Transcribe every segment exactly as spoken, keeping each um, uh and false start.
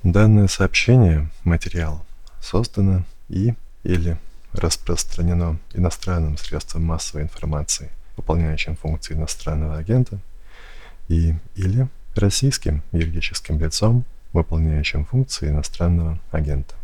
Данное сообщение, материал, создано и или распространено иностранным средством массовой информации, выполняющим функции иностранного агента, и или российским юридическим лицом, выполняющим функции иностранного агента.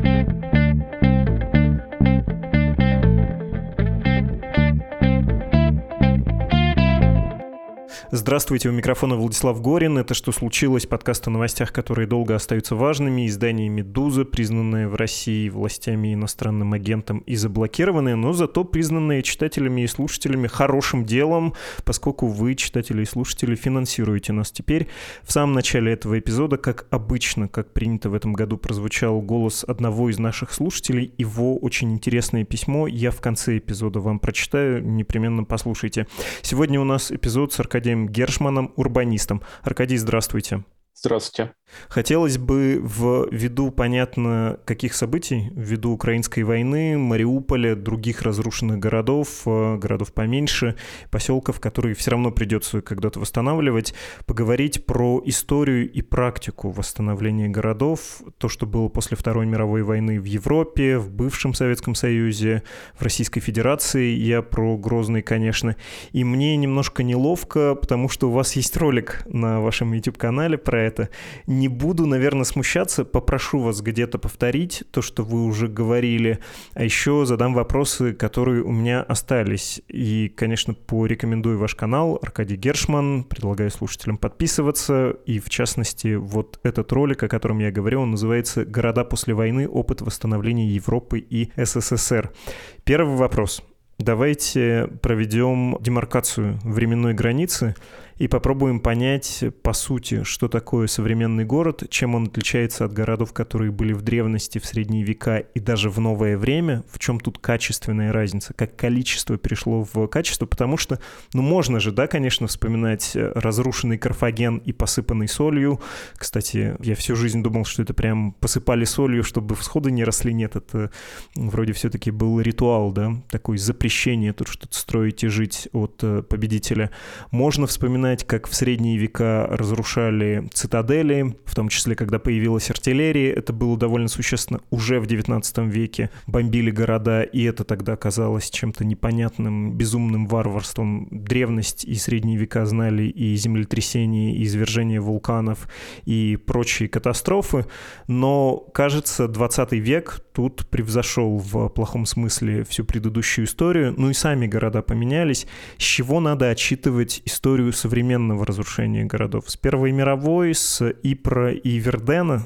Здравствуйте, у микрофона Владислав Горин. Это «Что случилось?» Подкаст о новостях, которые долго остаются важными. Издание «Медуза», признанное в России властями иностранным агентом и заблокированное, но зато признанное читателями и слушателями хорошим делом, поскольку вы, читатели и слушатели, финансируете нас теперь. В самом начале этого эпизода, как обычно, как принято в этом году, прозвучал голос одного из наших слушателей. Его очень интересное письмо я в конце эпизода вам прочитаю, непременно послушайте. Сегодня у нас эпизод с Аркадием Гершманом, урбанистом. Аркадий, здравствуйте. Здравствуйте. Хотелось бы ввиду, понятно, каких событий, ввиду украинской войны, Мариуполя, других разрушенных городов, городов поменьше, поселков, которые все равно придется когда-то восстанавливать, поговорить про историю и практику восстановления городов, то, что было после Второй мировой войны в Европе, в бывшем Советском Союзе, в Российской Федерации. Я про Грозный, конечно. И мне немножко неловко, потому что у вас есть ролик на вашем YouTube-канале про это. Не буду, наверное, смущаться, попрошу вас где-то повторить то, что вы уже говорили, а еще задам вопросы, которые у меня остались. И, конечно, порекомендую ваш канал Аркадий Гершман, предлагаю слушателям подписываться, и, в частности, вот этот ролик, о котором я говорю, он называется «Города после войны. Опыт восстановления Европы и СССР». Первый вопрос. Давайте проведем демаркацию временной границы и попробуем понять, по сути, что такое современный город, чем он отличается от городов, которые были в древности, в средние века и даже в новое время, в чем тут качественная разница, как количество перешло в качество, потому что, ну, можно же, да, конечно, вспоминать разрушенный Карфаген и посыпанный солью. Кстати, я всю жизнь думал, что это прям посыпали солью, чтобы всходы не росли. Нет, это вроде все-таки был ритуал, да, такое запрещение тут что-то строить и жить от победителя. Можно вспоминать, как в средние века разрушали цитадели, в том числе, когда появилась артиллерия, это было довольно существенно уже в девятнадцатом веке, бомбили города, и это тогда казалось чем-то непонятным, безумным варварством. Древность и средние века знали и землетрясения, и извержения вулканов, и прочие катастрофы, но, кажется, двадцатый век тут превзошел в плохом смысле всю предыдущую историю, ну и сами города поменялись. С чего надо отчитывать историю современного современного разрушения городов? С Первой мировой, с Йпра и Вердена?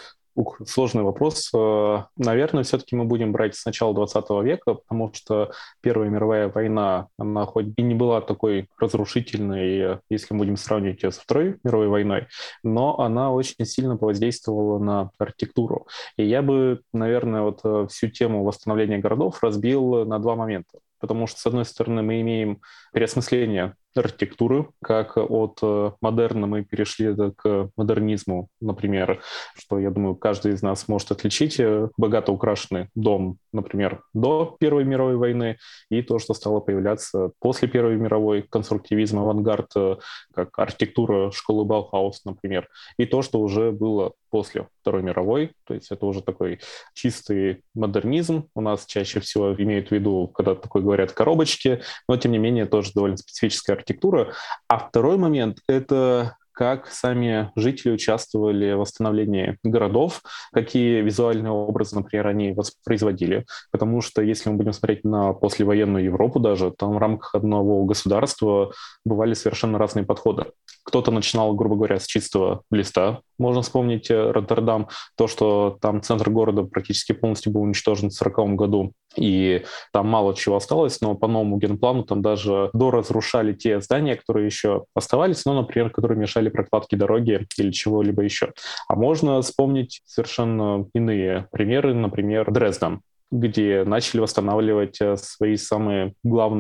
Ух, сложный вопрос. Наверное, все-таки мы будем брать с начала двадцатого века, потому что Первая мировая война, она хоть и не была такой разрушительной, если мы будем сравнивать ее со Второй мировой войной, но она очень сильно повоздействовала на архитектуру. И я бы, наверное, вот всю тему восстановления городов разбил на два момента. Потому что, с одной стороны, мы имеем переосмысление архитектуры, как от модерна мы перешли к модернизму, например, что, я думаю, каждый из нас может отличить богато украшенный дом, например, до Первой мировой войны, и то, что стало появляться после Первой мировой, конструктивизм, авангард, как архитектура школы Баухаус, например, и то, что уже было после Второй мировой, то есть это уже такой чистый модернизм. У нас чаще всего имеют в виду, когда такое говорят, коробочки, но тем не менее тоже довольно специфическая архитектура. А второй момент — это как сами жители участвовали в восстановлении городов, какие визуальные образы, например, они воспроизводили. Потому что если мы будем смотреть на послевоенную Европу даже, там в рамках одного государства бывали совершенно разные подходы. Кто-то начинал, грубо говоря, с чистого листа. Можно вспомнить Роттердам, то, что там центр города практически полностью был уничтожен в сороковом году, и там мало чего осталось, но по новому генплану там даже доразрушали те здания, которые еще оставались, но, например, которые мешали прокладке дороги или чего-либо еще. А можно вспомнить совершенно иные примеры, например, Дрезден, где начали восстанавливать свои самые главные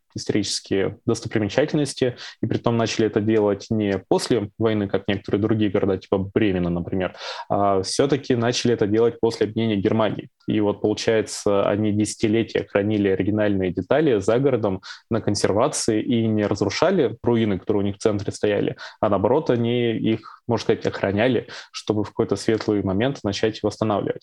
исторические достопримечательности, и притом начали это делать не после войны, как некоторые другие города, типа Бремена, например, а все-таки начали это делать после объединения Германии. И вот, получается, они десятилетия хранили оригинальные детали за городом на консервации и не разрушали руины, которые у них в центре стояли, а наоборот, они их, можно сказать, охраняли, чтобы в какой-то светлый момент начать восстанавливать.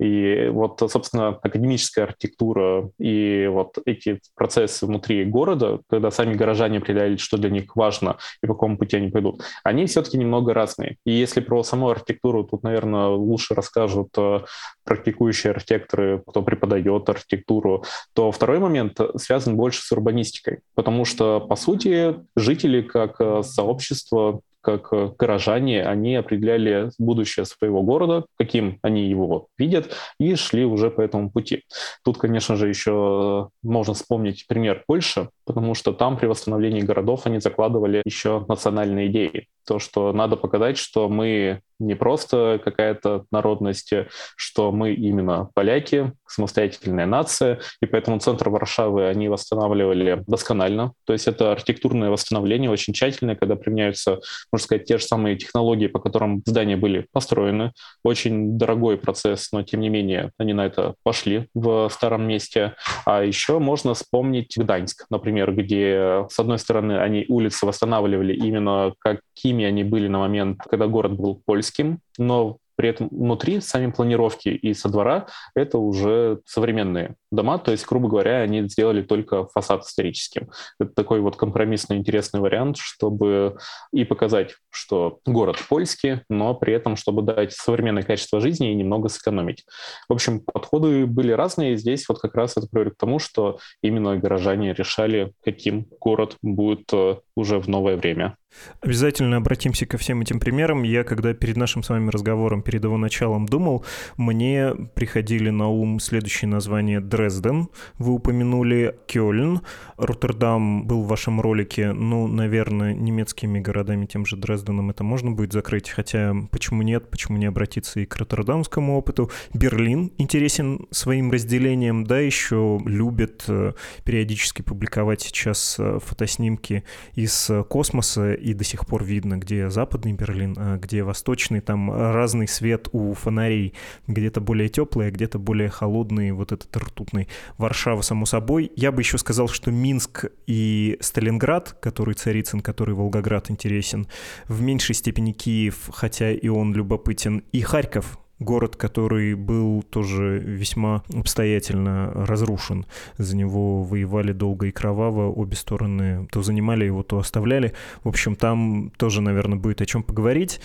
И вот, собственно, академическая архитектура и вот эти процессы внутри города, когда сами горожане определяли, что для них важно и по какому пути они пойдут, они все-таки немного разные. И если про саму архитектуру тут, наверное, лучше расскажут практикующие архитекторы, кто преподает архитектуру, то второй момент связан больше с урбанистикой, потому что, по сути, жители как сообщество, как горожане, они определяли будущее своего города, каким они его видят, и шли уже по этому пути. Тут, конечно же, еще можно вспомнить пример Польши, потому что там при восстановлении городов они закладывали еще национальные идеи. То, что надо показать, что мы не просто какая-то народность, что мы именно поляки, самостоятельная нация, и поэтому центр Варшавы они восстанавливали досконально. То есть это архитектурное восстановление очень тщательное, когда применяются, можно сказать, те же самые технологии, по которым здания были построены. Очень дорогой процесс, но тем не менее они на это пошли в старом месте. А еще можно вспомнить Гданьск, например, где, с одной стороны, они улицы восстанавливали именно какими они были на момент, когда город был польским, но при этом внутри сами планировки и со двора это уже современные дома, то есть, грубо говоря, они сделали только фасад историческим. Это такой вот компромиссный интересный вариант, чтобы и показать, что город польский, но при этом, чтобы дать современное качество жизни и немного сэкономить. В общем, подходы были разные, и здесь вот как раз это приводит к тому, что именно горожане решали, каким город будет уже в новое время. Обязательно обратимся ко всем этим примерам. Я, когда перед нашим с вами разговором, перед его началом думал, мне приходили на ум следующие названия: Дрезден, вы упомянули, Кёльн, Роттердам был в вашем ролике, ну, наверное, немецкими городами, тем же Дрезденом это можно будет закрыть, хотя почему нет, почему не обратиться и к роттердамскому опыту. Берлин интересен своим разделением, да, еще любят периодически публиковать сейчас фотоснимки из космоса, и до сих пор видно, где западный Берлин, а где восточный. Там разный свет у фонарей. Где-то более теплый, а где-то более холодный, вот этот ртутный. Варшава, само собой. Я бы еще сказал, что Минск и Сталинград, который Царицын, который Волгоград интересен, в меньшей степени Киев, хотя и он любопытен, и Харьков. Город, который был тоже весьма обстоятельно разрушен. За него воевали долго и кроваво. Обе стороны то занимали его, то оставляли. В общем, там тоже, наверное, будет о чем поговорить.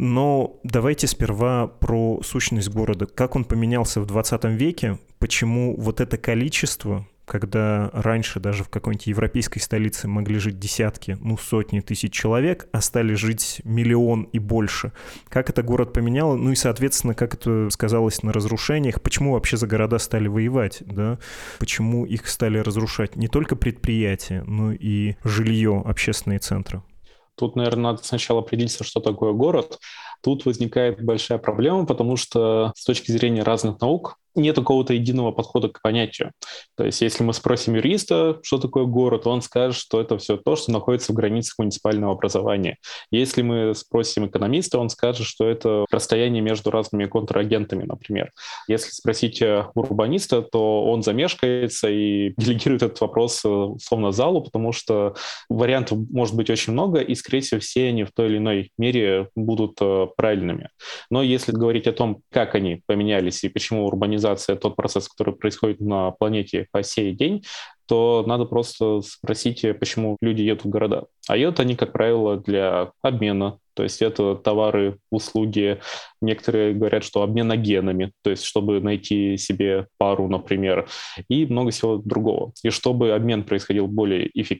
Но давайте сперва про сущность города. Как он поменялся в двадцатом веке? Почему вот это количество, когда раньше даже в какой-нибудь европейской столице могли жить десятки, ну сотни тысяч человек, а стали жить миллион и больше. Как это город поменяло? Ну и, соответственно, как это сказалось на разрушениях? Почему вообще за города стали воевать? Да? Почему их стали разрушать? Не только предприятия, но и жилье, общественные центры. Тут, наверное, надо сначала определиться, что такое город. Тут возникает большая проблема, потому что с точки зрения разных наук нет какого-то единого подхода к понятию. То есть если мы спросим юриста, что такое город, он скажет, что это все то, что находится в границах муниципального образования. Если мы спросим экономиста, он скажет, что это расстояние между разными контрагентами, например. Если спросить урбаниста, то он замешкается и делегирует этот вопрос условно залу, потому что вариантов может быть очень много, и, скорее всего, все они в той или иной мере будут правильными. Но если говорить о том, как они поменялись и почему урбанизация — тот процесс, который происходит на планете по сей день, то надо просто спросить, почему люди едут в города. А едут они, как правило, для обмена. То есть это товары, услуги. Некоторые говорят, что обмена генами, то есть чтобы найти себе пару, например, и много всего другого. И чтобы обмен происходил более эффективно,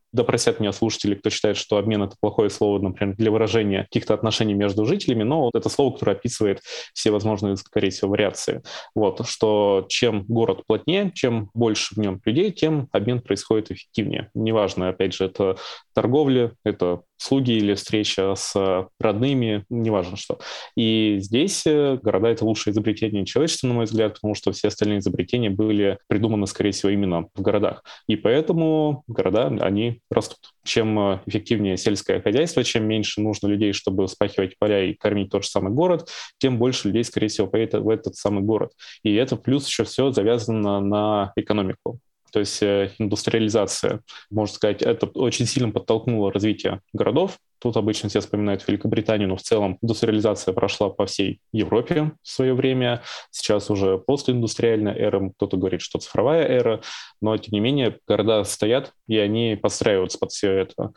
Да простят меня слушатели, кто считает, что обмен — это плохое слово, например, для выражения каких-то отношений между жителями, но вот это слово, которое описывает все возможные, скорее всего, вариации. Вот, что чем город плотнее, чем больше в нем людей, тем обмен происходит эффективнее. Неважно, опять же, это торговля, это слуги или встреча с родными, неважно что. И здесь города — это лучшее изобретение человечества, на мой взгляд, потому что все остальные изобретения были придуманы, скорее всего, именно в городах. И поэтому города, они растут. Чем эффективнее сельское хозяйство, чем меньше нужно людей, чтобы вспахивать поля и кормить тот же самый город, тем больше людей, скорее всего, поедет в этот самый город. И это плюс еще все завязано на экономику. То есть индустриализация, можно сказать, это очень сильно подтолкнуло развитие городов. Тут обычно все вспоминают Великобританию, но в целом индустриализация прошла по всей Европе в свое время. Сейчас уже постиндустриальная эра, кто-то говорит, что цифровая эра, но тем не менее города стоят, и они подстраиваются под все это.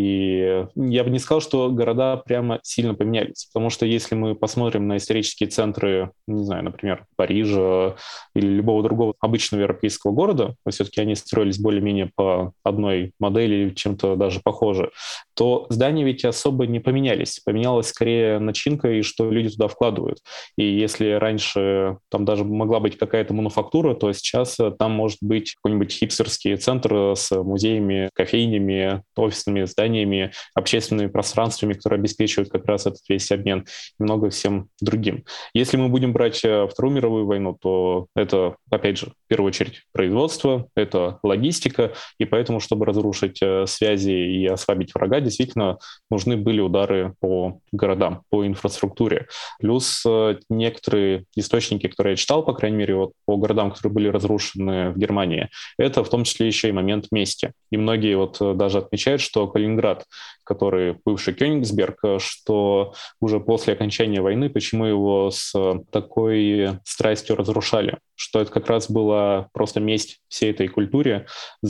И я бы не сказал, что города прямо сильно поменялись, потому что если мы посмотрим на исторические центры, не знаю, например, Парижа или любого другого обычного европейского города, все-таки они строились более-менее по одной модели, чем-то даже похожи, то здания ведь особо не поменялись. Поменялась скорее начинка и что люди туда вкладывают. И если раньше там даже могла быть какая-то мануфактура, то сейчас там может быть какой-нибудь хипстерский центр с музеями, кофейнями, офисными зданиями, общественными пространствами, которые обеспечивают как раз этот весь обмен и много всем другим. Если мы будем брать Вторую мировую войну, то это, опять же, в первую очередь производство, это логистика, и поэтому, чтобы разрушить связи и ослабить врага, действительно нужны были удары по городам, по инфраструктуре. Плюс некоторые источники, которые я читал, по крайней мере, вот, по городам, которые были разрушены в Германии, это в том числе еще и момент мести. И многие вот даже отмечают, что Калининград, который бывший Кёнигсберг, что уже после окончания войны, почему его с такой страстью разрушали, что это как раз была просто месть всей этой культуре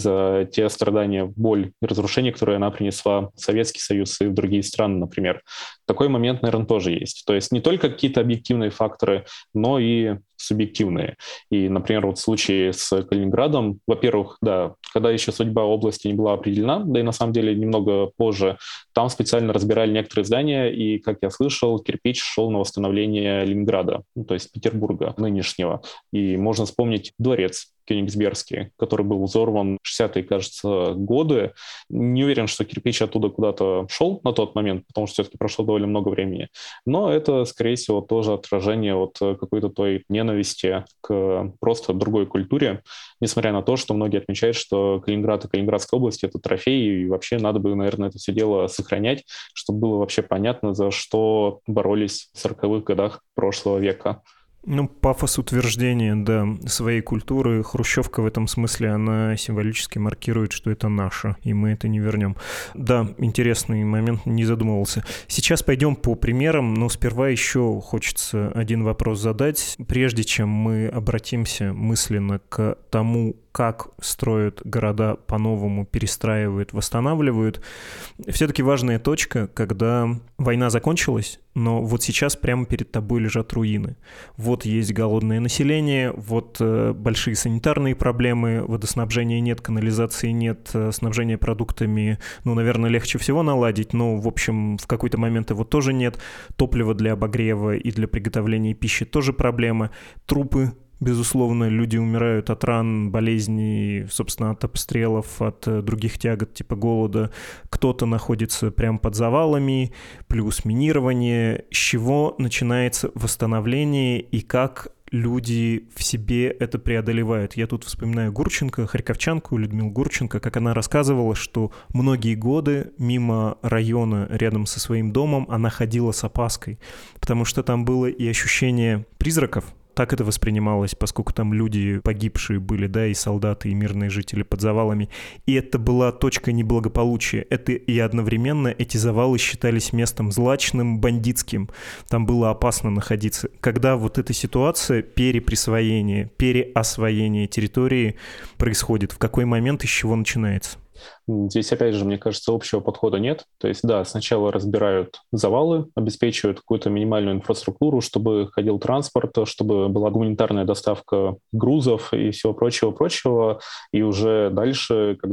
за те страдания, боль и разрушения, которые она принесла в Советский Союз и в другие страны, например. Такой момент, наверное, тоже есть. То есть не только какие-то объективные факторы, но и субъективные. И, например, вот в случае с Калининградом, во-первых, да, когда еще судьба области не была определена, да и на самом деле немного позже, там специально разбирали некоторые здания, и, как я слышал, кирпич шел на восстановление Ленинграда, ну, то есть Петербурга нынешнего. И можно вспомнить дворец Кёнигсбергский, который был взорван в шестидесятые, кажется, годы. Не уверен, что кирпич оттуда куда-то шел на тот момент, потому что все-таки прошло довольно много времени. Но это, скорее всего, тоже отражение вот какой-то той ненависти к просто другой культуре, несмотря на то, что многие отмечают, что Калининград и Калининградская область — это трофей, и вообще надо бы, наверное, это все дело сохранять, чтобы было вообще понятно, за что боролись в сороковых годах прошлого века. Ну, пафос утверждения, да, своей культуры. Хрущевка в этом смысле, она символически маркирует, что это наше, и мы это не вернем. Да, интересный момент, не задумывался. Сейчас пойдем по примерам, но сперва еще хочется один вопрос задать. Прежде чем мы обратимся мысленно к тому, как строят города по-новому, перестраивают, восстанавливают. Все-таки важная точка, когда война закончилась, но вот сейчас прямо перед тобой лежат руины. Вот есть голодное население, вот э, большие санитарные проблемы, водоснабжения нет, канализации нет, э, снабжения продуктами, ну, наверное, легче всего наладить, но, в общем, в какой-то момент его тоже нет. Топлива для обогрева и для приготовления пищи тоже проблема. Трупы. Безусловно, люди умирают от ран, болезней, собственно, от обстрелов, от других тягот типа голода. Кто-то находится прямо под завалами, плюс минирование. С чего начинается восстановление и как люди в себе это преодолевают? Я тут вспоминаю Гурченко, харьковчанку Людмилу Гурченко, как она рассказывала, что многие годы мимо района рядом со своим домом она ходила с опаской, потому что там было и ощущение призраков. Так это воспринималось, поскольку там люди погибшие были, да, и солдаты, и мирные жители под завалами. И это была точка неблагополучия. Это и одновременно эти завалы считались местом злачным, бандитским. Там было опасно находиться. Когда вот эта ситуация переприсвоения, переосвоения территории происходит, в какой момент и с чего начинается? Здесь, опять же, мне кажется, общего подхода нет. То есть, да, сначала разбирают завалы, обеспечивают какую-то минимальную инфраструктуру, чтобы ходил транспорт, чтобы была гуманитарная доставка грузов и всего прочего-прочего. И уже дальше, когда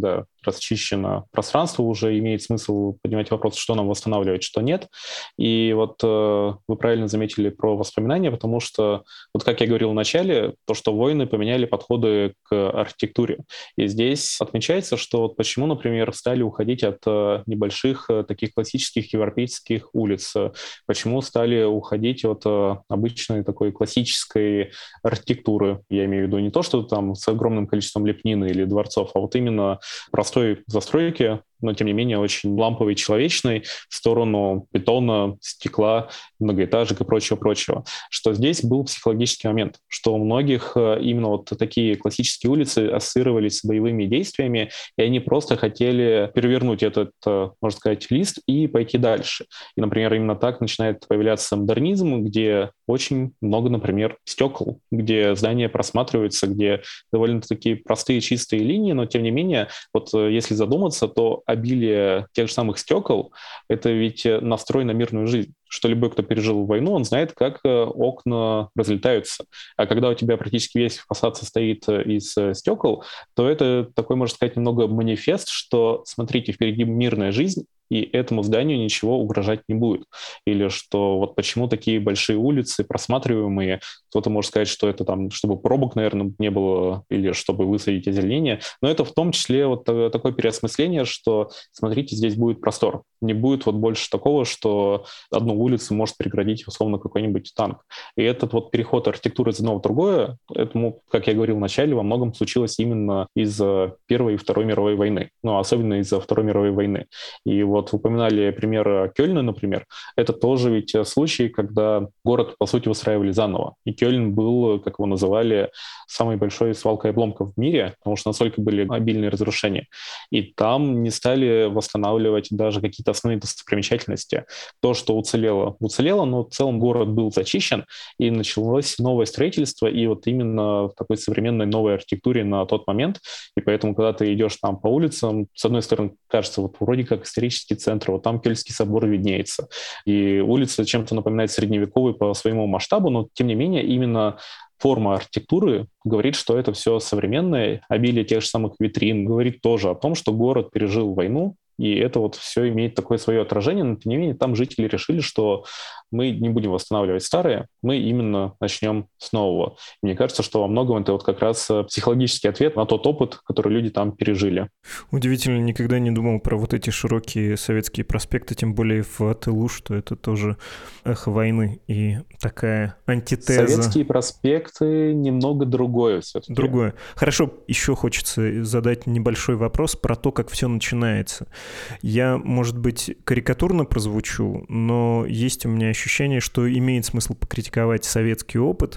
расчищено пространство, уже имеет смысл поднимать вопрос, что нам восстанавливать, что нет. И вот э, вы правильно заметили про воспоминания, потому что, вот как я говорил в начале, то, что войны поменяли подходы к архитектуре. И здесь отмечается, что вот почему, например, стали уходить от э, небольших э, таких классических европейских улиц, почему стали уходить от э, обычной такой классической архитектуры. Я имею в виду не то, что там с огромным количеством лепнины или дворцов, а вот именно простой застройки, но, тем не менее, очень ламповый, человечный, в сторону бетона, стекла, многоэтажек и прочего-прочего. Что здесь был психологический момент, что у многих именно вот такие классические улицы ассоциировались с боевыми действиями, и они просто хотели перевернуть этот, можно сказать, лист и пойти дальше. И, например, именно так начинает появляться модернизм, где очень много, например, стекол, где здания просматриваются, где довольно-таки простые чистые линии, но, тем не менее, вот если задуматься, то обилие тех же самых стекол — это ведь настрой на мирную жизнь. Что любой, кто пережил войну, он знает, как окна разлетаются. А когда у тебя практически весь фасад состоит из стекол, то это такой, можно сказать, немного манифест, что, смотрите, впереди мирная жизнь, и этому зданию ничего угрожать не будет. Или что вот почему такие большие улицы просматриваемые, кто-то может сказать, что это там, чтобы пробок, наверное, не было, или чтобы высадить озеленение, но это в том числе вот такое переосмысление, что, смотрите, здесь будет простор. Не будет вот больше такого, что одну улицу может преградить, условно, какой-нибудь танк. И этот вот переход архитектуры из одного в другое, этому, как я говорил в начале, во многом случилось именно из-за Первой и Второй мировой войны, ну, особенно из-за Второй мировой войны. И вот упоминали пример Кёльна, например. Это тоже ведь случай, когда город, по сути, выстраивали заново. И Кёльн был, как его называли, самой большой свалкой обломков в мире, потому что настолько были обильные разрушения. И там не стали восстанавливать даже какие-то основные достопримечательности. То, что уцелело, уцелело, но в целом город был зачищен, и началось новое строительство, и вот именно в такой современной новой архитектуре на тот момент. И поэтому, когда ты идешь там по улицам, с одной стороны, кажется, вот вроде как исторический центр, вот там Кёльнский собор виднеется. И улица чем-то напоминает средневековый по своему масштабу, но, тем не менее, именно форма архитектуры говорит, что это все современное, обилие тех же самых витрин говорит тоже о том, что город пережил войну, и это вот все имеет такое свое отражение, но тем не менее там жители решили, что мы не будем восстанавливать старое, мы именно начнем с нового. И мне кажется, что во многом это вот как раз психологический ответ на тот опыт, который люди там пережили. Удивительно, никогда не думал про вот эти широкие советские проспекты, тем более в тылу, что это тоже эхо войны и такая антитеза. Советские проспекты немного другое все-таки. Другое. Хорошо, еще хочется задать небольшой вопрос про то, как все начинается. Я, может быть, карикатурно прозвучу, но есть у меня ощущение, что имеет смысл покритиковать советский опыт,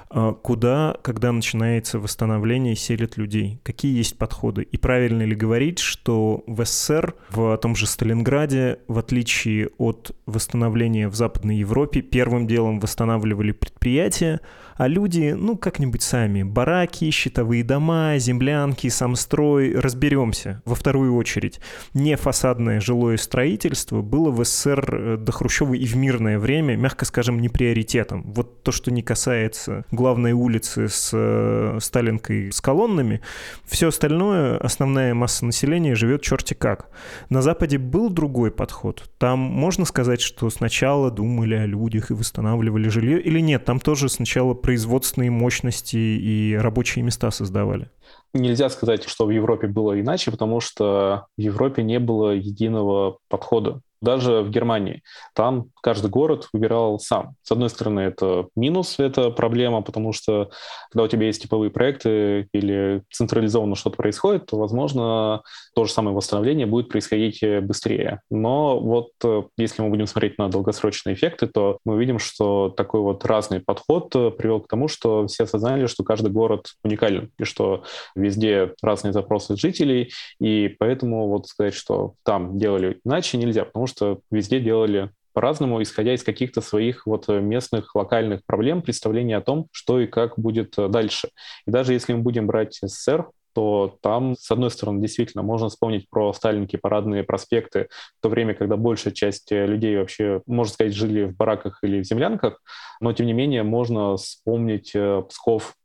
куда, когда начинается восстановление, селят людей. Какие есть подходы? И правильно ли говорить, что в СССР, в том же Сталинграде, в отличие от восстановления в Западной Европе, первым делом восстанавливали предприятия, а люди, ну, как-нибудь сами. Бараки, щитовые дома, землянки, самстрой. Разберемся. Во вторую очередь. Не фасадное жилое строительство было в СССР до Хрущева и в мирное время, мягко скажем, не приоритетом. Вот то, что не касается главной улицы с э, Сталинкой, с колоннами, все остальное, основная масса населения живет черти как. На Западе был другой подход. Там можно сказать, что сначала думали о людях и восстанавливали жилье, или нет? Там тоже сначала производственные мощности и рабочие места создавали. Нельзя сказать, что в Европе было иначе, потому что в Европе не было единого подхода. Даже в Германии. Там каждый город выбирал сам. С одной стороны, это минус, это проблема, потому что когда у тебя есть типовые проекты или централизованно что-то происходит, то, возможно, то же самое восстановление будет происходить быстрее. Но вот если мы будем смотреть на долгосрочные эффекты, то мы видим, что такой вот разный подход привел к тому, что все осознали, что каждый город уникален, и что везде разные запросы жителей, и поэтому вот сказать, что там делали иначе, нельзя, потому что что везде делали по-разному, исходя из каких-то своих вот местных, локальных проблем, представления о том, что и как будет дальше. И даже если мы будем брать СССР, то там, с одной стороны, действительно можно вспомнить про Сталинки, парадные проспекты, в то время, когда большая часть людей вообще, можно сказать, жили в бараках или в землянках, но, тем не менее, можно вспомнить Псков,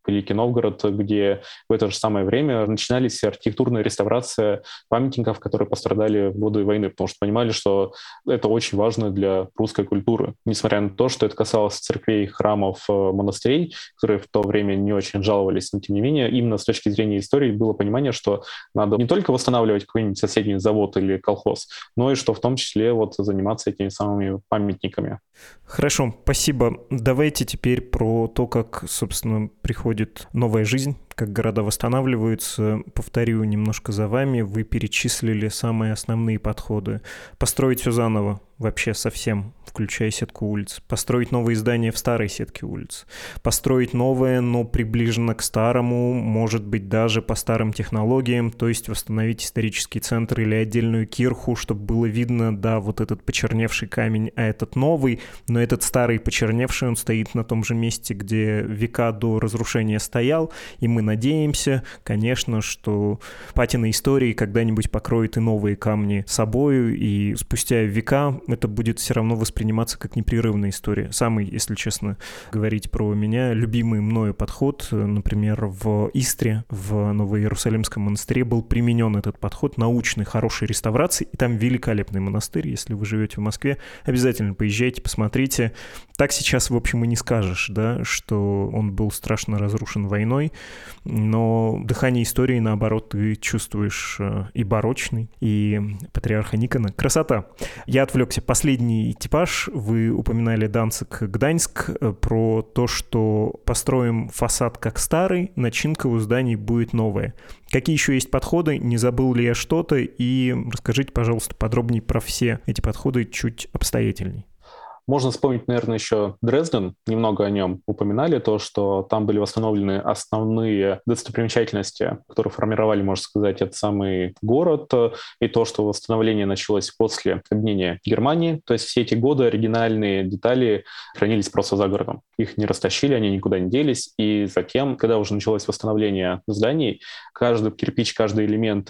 Великий Новгород, где в это же самое время начинались архитектурная реставрация памятников, которые пострадали в годы войны, потому что понимали, что это очень важно для русской культуры. Несмотря на то, что это касалось церквей, храмов, монастырей, которые в то время не очень жаловались, но тем не менее, именно с точки зрения истории было понимание, что надо не только восстанавливать какой-нибудь соседний завод или колхоз, но и что в том числе вот заниматься этими самыми памятниками. Хорошо, спасибо. Давайте теперь про то, как, собственно, приходит новая жизнь, как города восстанавливаются. Повторю немножко за вами. Вы перечислили самые основные подходы. Построить все заново, вообще совсем, включая сетку улиц. Построить новые здания в старой сетке улиц. Построить новое, но приближенно к старому, может быть, даже по старым технологиям, то есть восстановить исторический центр или отдельную кирху, чтобы было видно, да, вот этот почерневший камень, а этот новый, но этот старый почерневший, он стоит на том же месте, где века до разрушения стоял, и мы надеемся, конечно, что патина истории когда-нибудь покроет и новые камни собою, и спустя века это будет все равно восприниматься как непрерывная история. Самый, если честно говорить про меня, любимый мною подход, например, в Истре, в Новоиерусалимском монастыре был применен этот подход научной, хорошей реставрации, и там великолепный монастырь. Если вы живете в Москве, обязательно поезжайте, посмотрите. Так сейчас, в общем, и не скажешь, да, что он был страшно разрушен войной, но дыхание истории, наоборот, ты чувствуешь и барочный, и патриарха Никона. Красота. Я отвлекся. Последний типаж. Вы упоминали Данциг, Гданьск, про то, что построим фасад как старый, начинка у зданий будет новая. Какие еще есть подходы? Не забыл ли я что-то? И расскажите, пожалуйста, подробнее про все эти подходы чуть обстоятельней. Можно вспомнить, наверное, еще Дрезден, немного о нем упоминали, то, что там были восстановлены основные достопримечательности, которые формировали, можно сказать, этот самый город, и то, что восстановление началось после объединения Германии, то есть все эти годы оригинальные детали хранились просто за городом. Их не растащили, они никуда не делись, и затем, когда уже началось восстановление зданий, каждый кирпич, каждый элемент,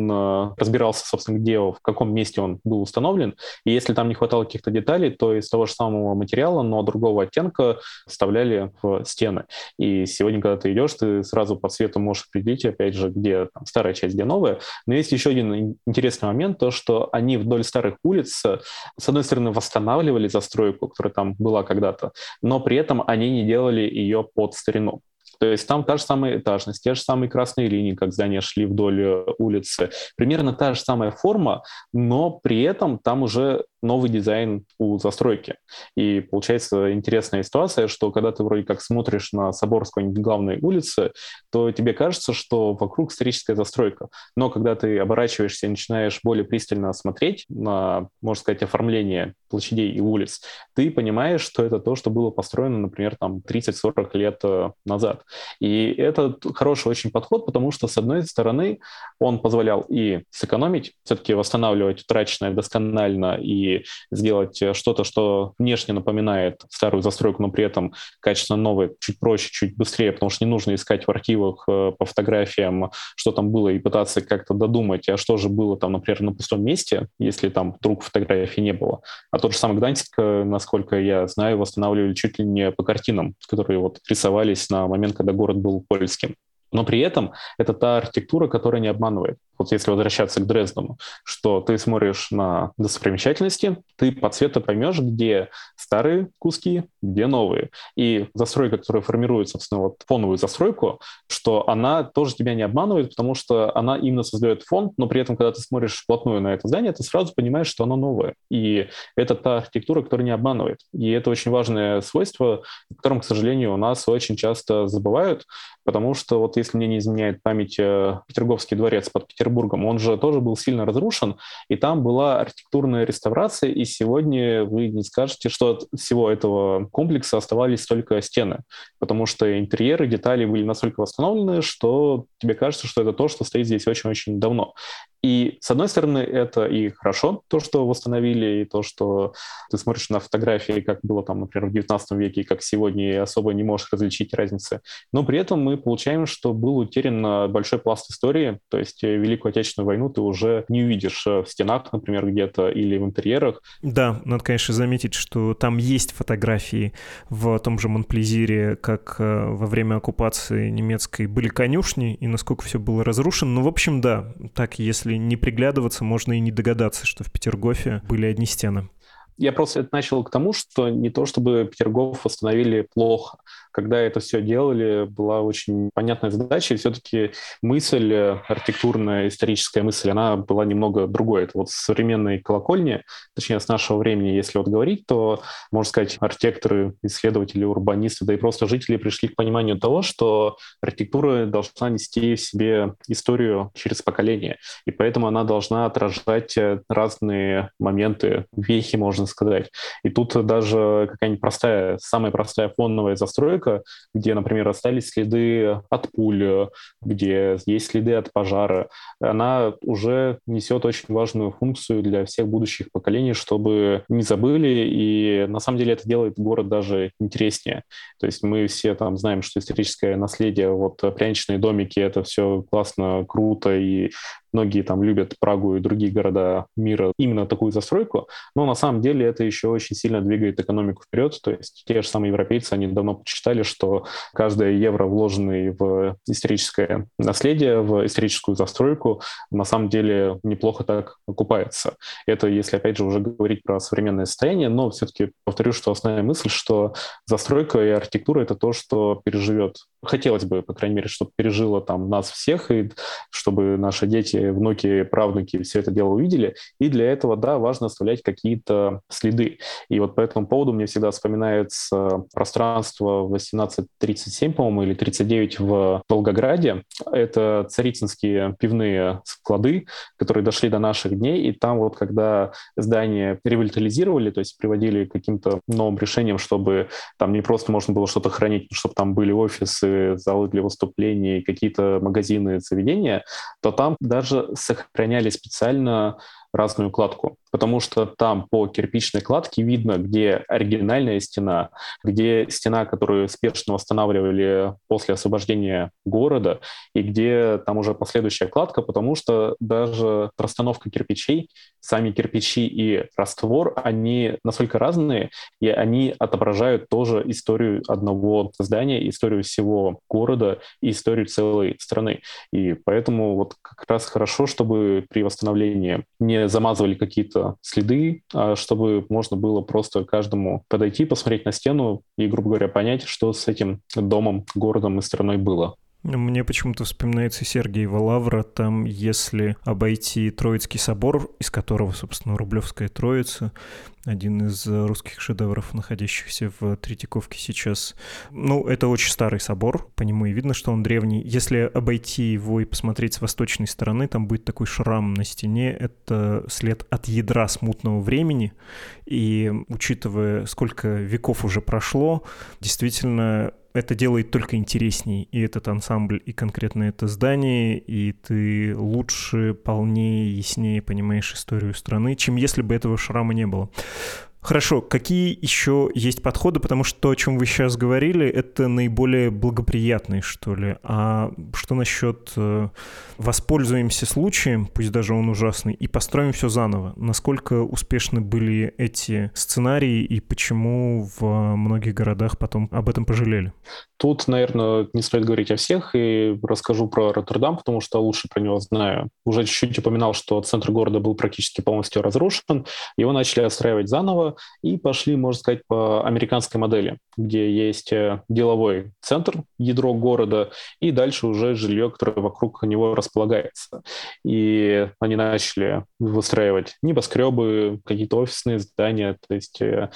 он разбирался, собственно, где, в каком месте он был установлен, и если там не хватало каких-то деталей, то из того же самого материала, но другого оттенка вставляли в стены. И сегодня, когда ты идешь, ты сразу по цвету можешь определить, опять же, где там старая часть, где новая. Но есть еще один интересный момент, то, что они вдоль старых улиц, с одной стороны, восстанавливали застройку, которая там была когда-то, но при этом они не делали ее под старину. То есть там та же самая этажность, те же самые красные линии, как здания шли вдоль улицы. Примерно та же самая форма, но при этом там уже новый дизайн у застройки. И получается интересная ситуация, что когда ты вроде как смотришь на собор с какой-нибудь главной улицы, то тебе кажется, что вокруг историческая застройка. Но когда ты оборачиваешься и начинаешь более пристально смотреть на, можно сказать, оформление площадей и улиц, ты понимаешь, что это то, что было построено, например, там тридцать-сорок лет назад. И это хороший очень подход, потому что, с одной стороны, он позволял и сэкономить, все-таки восстанавливать утраченное досконально и сделать что-то, что внешне напоминает старую застройку, но при этом качественно новое, чуть проще, чуть быстрее, потому что не нужно искать в архивах по фотографиям, что там было, и пытаться как-то додумать, а что же было там, например, на пустом месте, если там вдруг фотографий не было. А тот же самый Гданьск, насколько я знаю, восстанавливали чуть ли не по картинам, которые вот рисовались на момент, когда город был польским. Но при этом это та архитектура, которая не обманывает. Вот если возвращаться к Дрездену, что ты смотришь на достопримечательности, ты по цвету поймешь, где старые куски, где новые. И застройка, которая формирует, собственно, вот фоновую застройку, что она тоже тебя не обманывает, потому что она именно создает фон, но при этом, когда ты смотришь вплотную на это здание, ты сразу понимаешь, что оно новое. И это та архитектура, которая не обманывает. И это очень важное свойство, о котором, к сожалению, у нас очень часто забывают, потому что, вот если мне не изменяет память, Петерговский дворец под Петербургом, он же тоже был сильно разрушен, и там была архитектурная реставрация, и сегодня вы не скажете, что от всего этого комплекса оставались только стены, потому что интерьеры, детали были настолько восстановлены, что тебе кажется, что это то, что стоит здесь очень-очень давно. И, с одной стороны, это и хорошо, то, что восстановили, и то, что ты смотришь на фотографии, как было там, например, в девятнадцатом веке, и как сегодня, и особо не можешь различить разницы. Но при этом мы получаем, что был утерян большой пласт истории, то есть Великую Отечественную войну ты уже не увидишь в стенах, например, где-то, или в интерьерах. Да, надо, конечно, заметить, что там есть фотографии в том же Монплезире, как во время оккупации немецкой были конюшни, и насколько все было разрушено. Ну, в общем, да, так, если не приглядываться, можно и не догадаться, что в Петергофе были одни стены. Я просто это начал к тому, что не то чтобы Петергоф восстановили плохо. Когда это все делали, была очень понятная задача, и все-таки мысль, архитектурная, историческая мысль, она была немного другой. Это вот с современной колокольни, точнее, с нашего времени, если вот говорить, то, можно сказать, архитекторы, исследователи, урбанисты, да и просто жители пришли к пониманию того, что архитектура должна нести в себе историю через поколения, и поэтому она должна отражать разные моменты, вехи, можно сказать. И тут даже какая-нибудь простая, самая простая фоновая застройка, где, например, остались следы от пуль, где есть следы от пожара, она уже несет очень важную функцию для всех будущих поколений, чтобы не забыли, и на самом деле это делает город даже интереснее. То есть мы все там знаем, что историческое наследие, вот пряничные домики, это все классно, круто, и многие там любят Прагу и другие города мира именно такую застройку, но на самом деле это еще очень сильно двигает экономику вперед. То есть те же самые европейцы, они давно почитали, что каждое евро, вложенное в историческое наследие, в историческую застройку, на самом деле неплохо так окупается. Это если, опять же, уже говорить про современное состояние, но все-таки повторю, что основная мысль, что застройка и архитектура — это то, что переживет. Хотелось бы, по крайней мере, чтобы пережило там нас всех, и чтобы наши дети, внуки, правнуки все это дело увидели. И для этого, да, важно оставлять какие-то следы. И вот по этому поводу мне всегда вспоминается пространство восемнадцать тридцать семь, по-моему, или тридцать девять в Волгограде. Это царицынские пивные склады, которые дошли до наших дней. И там вот, когда здание ревитализировали, то есть приводили к каким-то новым решениям, чтобы там не просто можно было что-то хранить, чтобы там были офисы, залы для выступлений, какие-то магазины, заведения, то там даже сохраняли специально разную кладку, потому что там по кирпичной кладке видно, где оригинальная стена, где стена, которую спешно восстанавливали после освобождения города, и где там уже последующая кладка, потому что даже расстановка кирпичей, сами кирпичи и раствор, они настолько разные, и они отображают тоже историю одного здания, историю всего города и историю целой страны. И поэтому вот как раз хорошо, чтобы при восстановлении не замазывали какие-то следы, а чтобы можно было просто каждому подойти, посмотреть на стену и, грубо говоря, понять, что с этим домом, городом и страной было. Мне почему-то вспоминается Сергиева Лавра. Там, если обойти Троицкий собор, из которого, собственно, Рублевская Троица, один из русских шедевров, находящихся в Третьяковке сейчас. Ну, это очень старый собор, по нему и видно, что он древний. Если обойти его и посмотреть с восточной стороны, там будет такой шрам на стене. Это след от ядра смутного времени. И учитывая, сколько веков уже прошло, действительно, это делает только интересней и этот ансамбль, и конкретно это здание, и ты лучше, полнее, яснее понимаешь историю страны, чем если бы этого шрама не было. Хорошо, какие еще есть подходы? Потому что то, о чем вы сейчас говорили, это наиболее благоприятные, что ли. А что насчет э, воспользуемся случаем, пусть даже он ужасный, и построим все заново? Насколько успешны были эти сценарии и почему в многих городах потом об этом пожалели? Тут, наверное, не стоит говорить о всех, и расскажу про Роттердам, потому что лучше про него знаю. Уже чуть-чуть упоминал, что центр города был практически полностью разрушен, его начали отстраивать заново, и пошли, можно сказать, по американской модели, где есть деловой центр, ядро города, и дальше уже жилье, которое вокруг него располагается. И они начали выстраивать небоскребы, какие-то офисные здания, то есть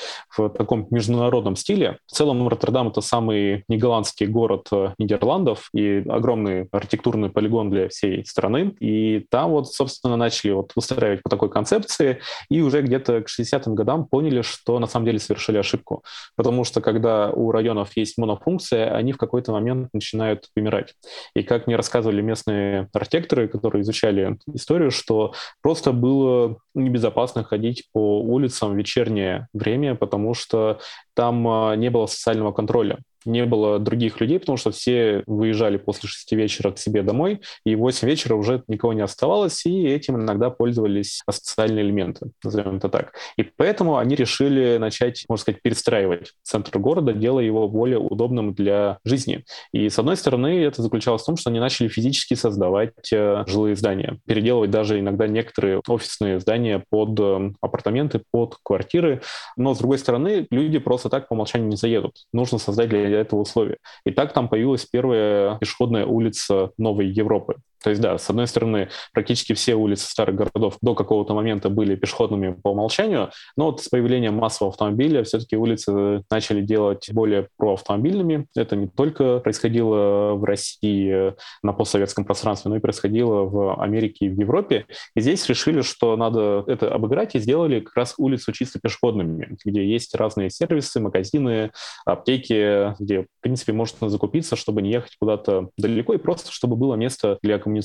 в таком международном стиле. В целом Роттердам — это самый неголландский город Нидерландов и огромный архитектурный полигон для всей страны. И там вот, собственно, начали вот выстраивать по такой концепции, и уже где-то к шестидесятым годам поняли, поняли, что на самом деле совершили ошибку. Потому что когда у районов есть монофункция, они в какой-то момент начинают вымирать. И как мне рассказывали местные архитекторы, которые изучали историю, что просто было небезопасно ходить по улицам в вечернее время, потому что там не было социального контроля. Не было других людей, потому что все выезжали после шести вечера к себе домой, и в восемь вечера уже никого не оставалось, и этим иногда пользовались социальные элементы, назовем это так. И поэтому они решили начать, можно сказать, перестраивать центр города, делая его более удобным для жизни. И, с одной стороны, это заключалось в том, что они начали физически создавать э, жилые здания, переделывать даже иногда некоторые офисные здания под э, апартаменты, под квартиры. Но, с другой стороны, люди просто так по умолчанию не заедут. Нужно создать для этого условия. И так там появилась первая пешеходная улица Новой Европы. То есть, да, с одной стороны, практически все улицы старых городов до какого-то момента были пешеходными по умолчанию, но вот с появлением массового автомобиля все-таки улицы начали делать более проавтомобильными. Это не только происходило в России на постсоветском пространстве, но и происходило в Америке и в Европе. И здесь решили, что надо это обыграть, и сделали как раз улицу чисто пешеходными, где есть разные сервисы, магазины, аптеки, где, в принципе, можно закупиться, чтобы не ехать куда-то далеко, и просто чтобы было место для коммуникации.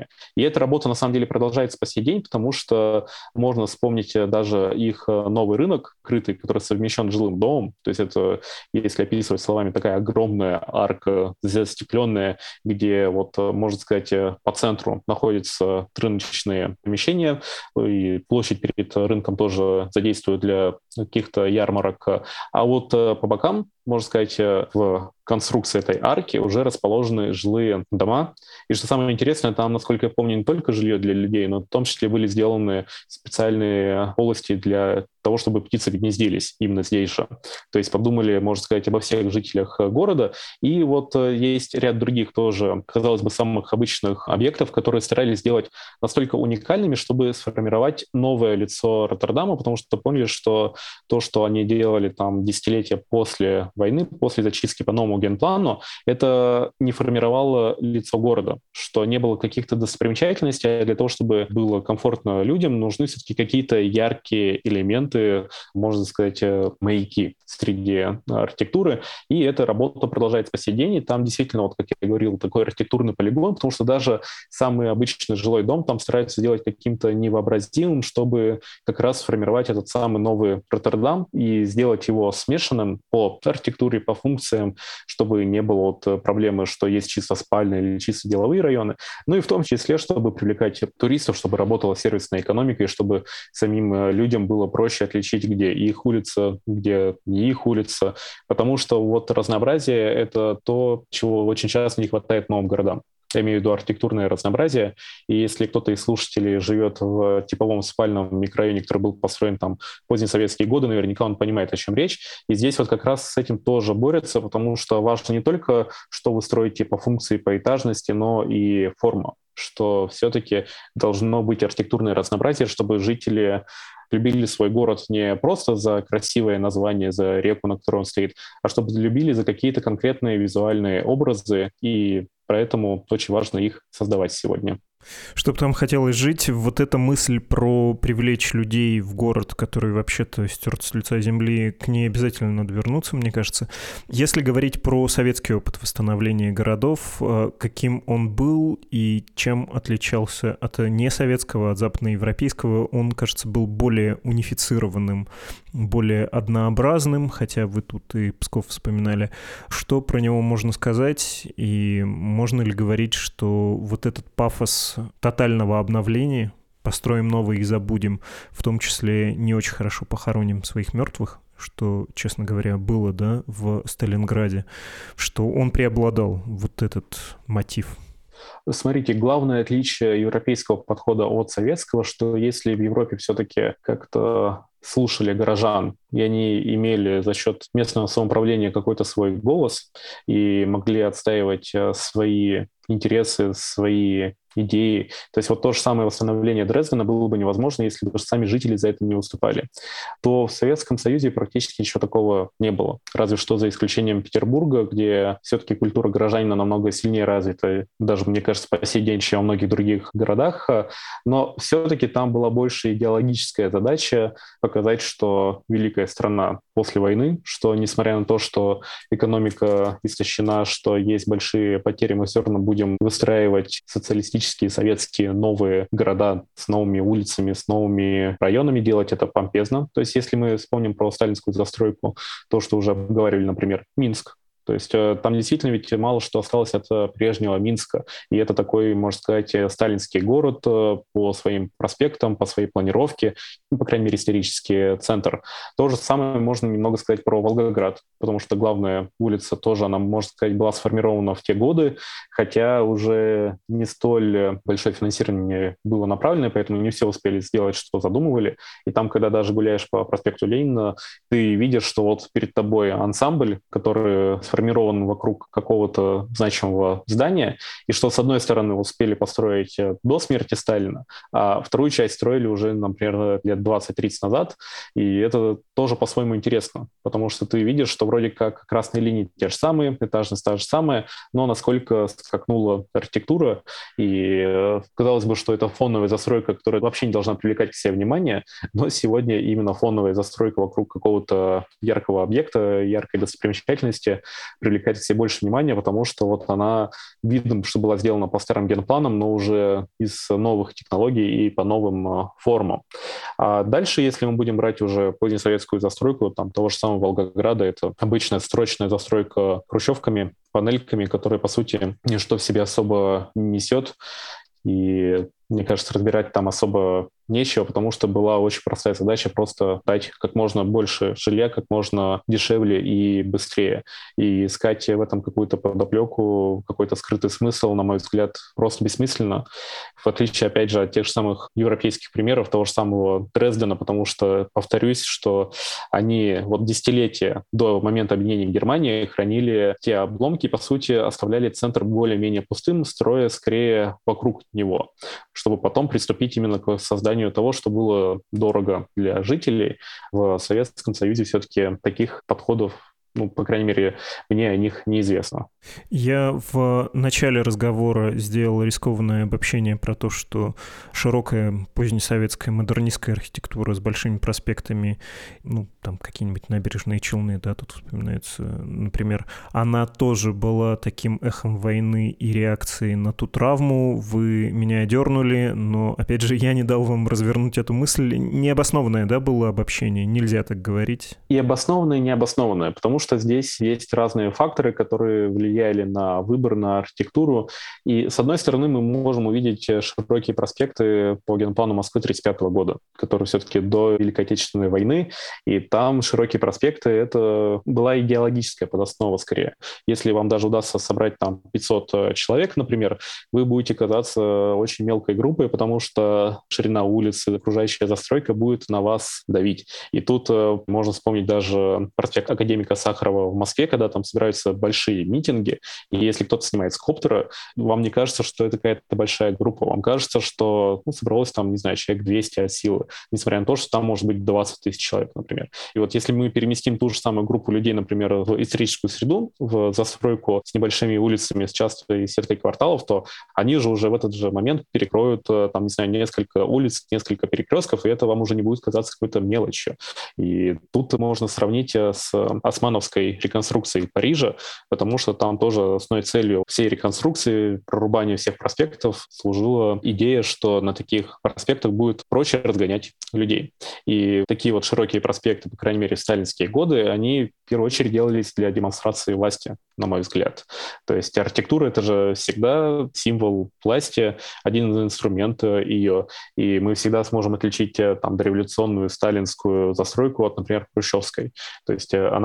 И эта работа на самом деле продолжается по сей день, потому что можно вспомнить даже их новый рынок, крытый, который совмещен с жилым домом. То есть это, если описывать словами, такая огромная арка застекленная, где, вот, можно сказать, по центру находятся рыночные помещения, и площадь перед рынком тоже задействуют для каких-то ярмарок. А вот по бокам, можно сказать, в конструкции этой арки уже расположены жилые дома. И что самое интересное, там, насколько я помню, не только жилье для людей, но в том числе были сделаны специальные полости для того, чтобы птицы гнездились именно здесь же. То есть подумали, можно сказать, обо всех жителях города. И вот есть ряд других тоже, казалось бы, самых обычных объектов, которые старались сделать настолько уникальными, чтобы сформировать новое лицо Роттердама, потому что поняли, что то, что они делали там десятилетия после войны, после зачистки по новому генплану, это не формировало лицо города, что не было каких-то достопримечательностей, а для того, чтобы было комфортно людям, нужны все-таки какие-то яркие элементы, можно сказать, маяки среди архитектуры, и эта работа продолжается по сей день, и там действительно, вот как я говорил, такой архитектурный полигон, потому что даже самый обычный жилой дом там стараются сделать каким-то невообразимым, чтобы как раз сформировать этот самый новый Роттердам и сделать его смешанным по архитектуре, по функциям, чтобы не было вот проблемы, что есть чисто спальные или чисто деловые районы, ну и в том числе, чтобы привлекать туристов, чтобы работала сервисная экономика, и чтобы самим людям было проще отличить, где их улица, где не их улица, потому что вот разнообразие — это то, чего очень часто не хватает новым городам. Я имею в виду архитектурное разнообразие, и если кто-то из слушателей живет в типовом спальном микрорайоне, который был построен там в позднесоветские годы, наверняка он понимает, о чем речь. И здесь вот как раз с этим тоже борются, потому что важно не только, что вы строите по функции, по этажности, но и форма, что все-таки должно быть архитектурное разнообразие, чтобы жители любили свой город не просто за красивое название, за реку, на которой он стоит, а чтобы любили за какие-то конкретные визуальные образы, и поэтому очень важно их создавать сегодня. Чтобы там хотелось жить, вот эта мысль про привлечь людей в город, который вообще-то стерт с лица земли, к ней обязательно надо вернуться, мне кажется. Если говорить про советский опыт восстановления городов, каким он был и чем отличался от несоветского, от западноевропейского, он, кажется, был более унифицированным, более однообразным, хотя вы тут и Псков вспоминали. Что про него можно сказать, и можно ли говорить, что вот этот пафос тотального обновления, построим новое и забудем, в том числе не очень хорошо похороним своих мертвых, что, честно говоря, было, да, в Сталинграде, что он преобладал, вот этот мотив? Смотрите, главное отличие европейского подхода от советского, что если в Европе все-таки как-то слушали горожан, и они имели за счет местного самоуправления какой-то свой голос и могли отстаивать свои интересы, свои идеи. То есть вот то же самое восстановление Дрездена было бы невозможно, если бы сами жители за это не выступали. То в Советском Союзе практически ничего такого не было. Разве что за исключением Петербурга, где все-таки культура горожанина намного сильнее развита, даже, мне кажется, по сей день, чем во многих других городах. Но все-таки там была больше идеологическая задача показать, что великая страна после войны, что несмотря на то, что экономика истощена, что есть большие потери, мы все равно будем выстраивать социалистические, советские новые города с новыми улицами, с новыми районами, делать это помпезно. То есть если мы вспомним про сталинскую застройку, то, что уже говорили, например, Минск, то есть э, там действительно ведь мало что осталось от э, прежнего Минска. И это такой, можно сказать, э, сталинский город э, по своим проспектам, по своей планировке, ну, по крайней мере, исторический центр. То же самое можно немного сказать про Волгоград, потому что главная улица тоже, она, можно сказать, была сформирована в те годы, хотя уже не столь большое финансирование было направлено, поэтому не все успели сделать, что задумывали. И там, когда даже гуляешь по проспекту Ленина, ты видишь, что вот перед тобой ансамбль, который сформирован вокруг какого-то значимого здания, и что, с одной стороны, успели построить до смерти Сталина, а вторую часть строили уже, например, лет двадцать-тридцать назад, и это тоже по-своему интересно, потому что ты видишь, что вроде как красные линии те же самые, этажность та же самая, но насколько скакнула архитектура, и казалось бы, что это фоновая застройка, которая вообще не должна привлекать к себе внимание, но сегодня именно фоновая застройка вокруг какого-то яркого объекта, яркой достопримечательности привлекает к себе больше внимания, потому что вот она, видно, что была сделана по старым генпланам, но уже из новых технологий и по новым формам. А дальше, если мы будем брать уже позднесоветскую застройку, там того же самого Волгограда, это обычная строчная застройка хрущевками, панельками, которая, по сути, ничто в себе особо не несет. И, мне кажется, разбирать там особо нечего, потому что была очень простая задача просто дать как можно больше жилья, как можно дешевле и быстрее. И искать в этом какую-то подоплеку, какой-то скрытый смысл, на мой взгляд, просто бессмысленно. В отличие, опять же, от тех же самых европейских примеров, того же самого Дрездена, потому что, повторюсь, что они вот десятилетия до момента объединения Германии хранили те обломки, по сути, оставляли центр более-менее пустым, строя скорее вокруг него, чтобы потом приступить именно к созданию того, что было дорого для жителей. В Советском Союзе все-таки таких подходов, ну, по крайней мере, мне о них неизвестно. Я в начале разговора сделал рискованное обобщение про то, что широкая позднесоветская модернистская архитектура с большими проспектами, ну, там какие-нибудь набережные Челны, да, тут вспоминается, например, она тоже была таким эхом войны и реакцией на ту травму. Вы меня дернули, но, опять же, я не дал вам развернуть эту мысль. Необоснованное, да, было обобщение? Нельзя так говорить. И обоснованное, и необоснованное, потому что здесь есть разные факторы, которые влияли на выбор, на архитектуру. И, с одной стороны, мы можем увидеть широкие проспекты по генплану Москвы тысяча девятьсот тридцать пятого года, который все-таки до Великой Отечественной войны, и там широкие проспекты — это была идеологическая подоснова скорее. Если вам даже удастся собрать там пятьсот человек, например, вы будете казаться очень мелкой группой, потому что ширина улицы, окружающая застройка будет на вас давить. И тут э, можно вспомнить даже проспект академика Сахарова в Москве, когда там собираются большие митинги, и если кто-то снимает с коптера, вам не кажется, что это какая-то большая группа, вам кажется, что ну, собралось там, не знаю, человек двести от силы, несмотря на то, что там может быть двадцать тысяч человек, например. И вот если мы переместим ту же самую группу людей, например, в историческую среду, в застройку с небольшими улицами, с частой сеткой кварталов, то они же уже в этот же момент перекроют, там, не знаю, несколько улиц, несколько перекрестков, и это вам уже не будет казаться какой-то мелочью. И тут можно сравнить с османовской реконструкцией Парижа, потому что там тоже основной целью всей реконструкции, прорубания всех проспектов служила идея, что на таких проспектах будет проще разгонять людей. И такие вот широкие проспекты, по крайней мере, в сталинские годы, они в первую очередь делались для демонстрации власти, на мой взгляд. То есть архитектура — это же всегда символ власти, один из инструментов ее. И мы всегда сможем отличить там дореволюционную сталинскую застройку от, например, хрущевской. То есть она напрямую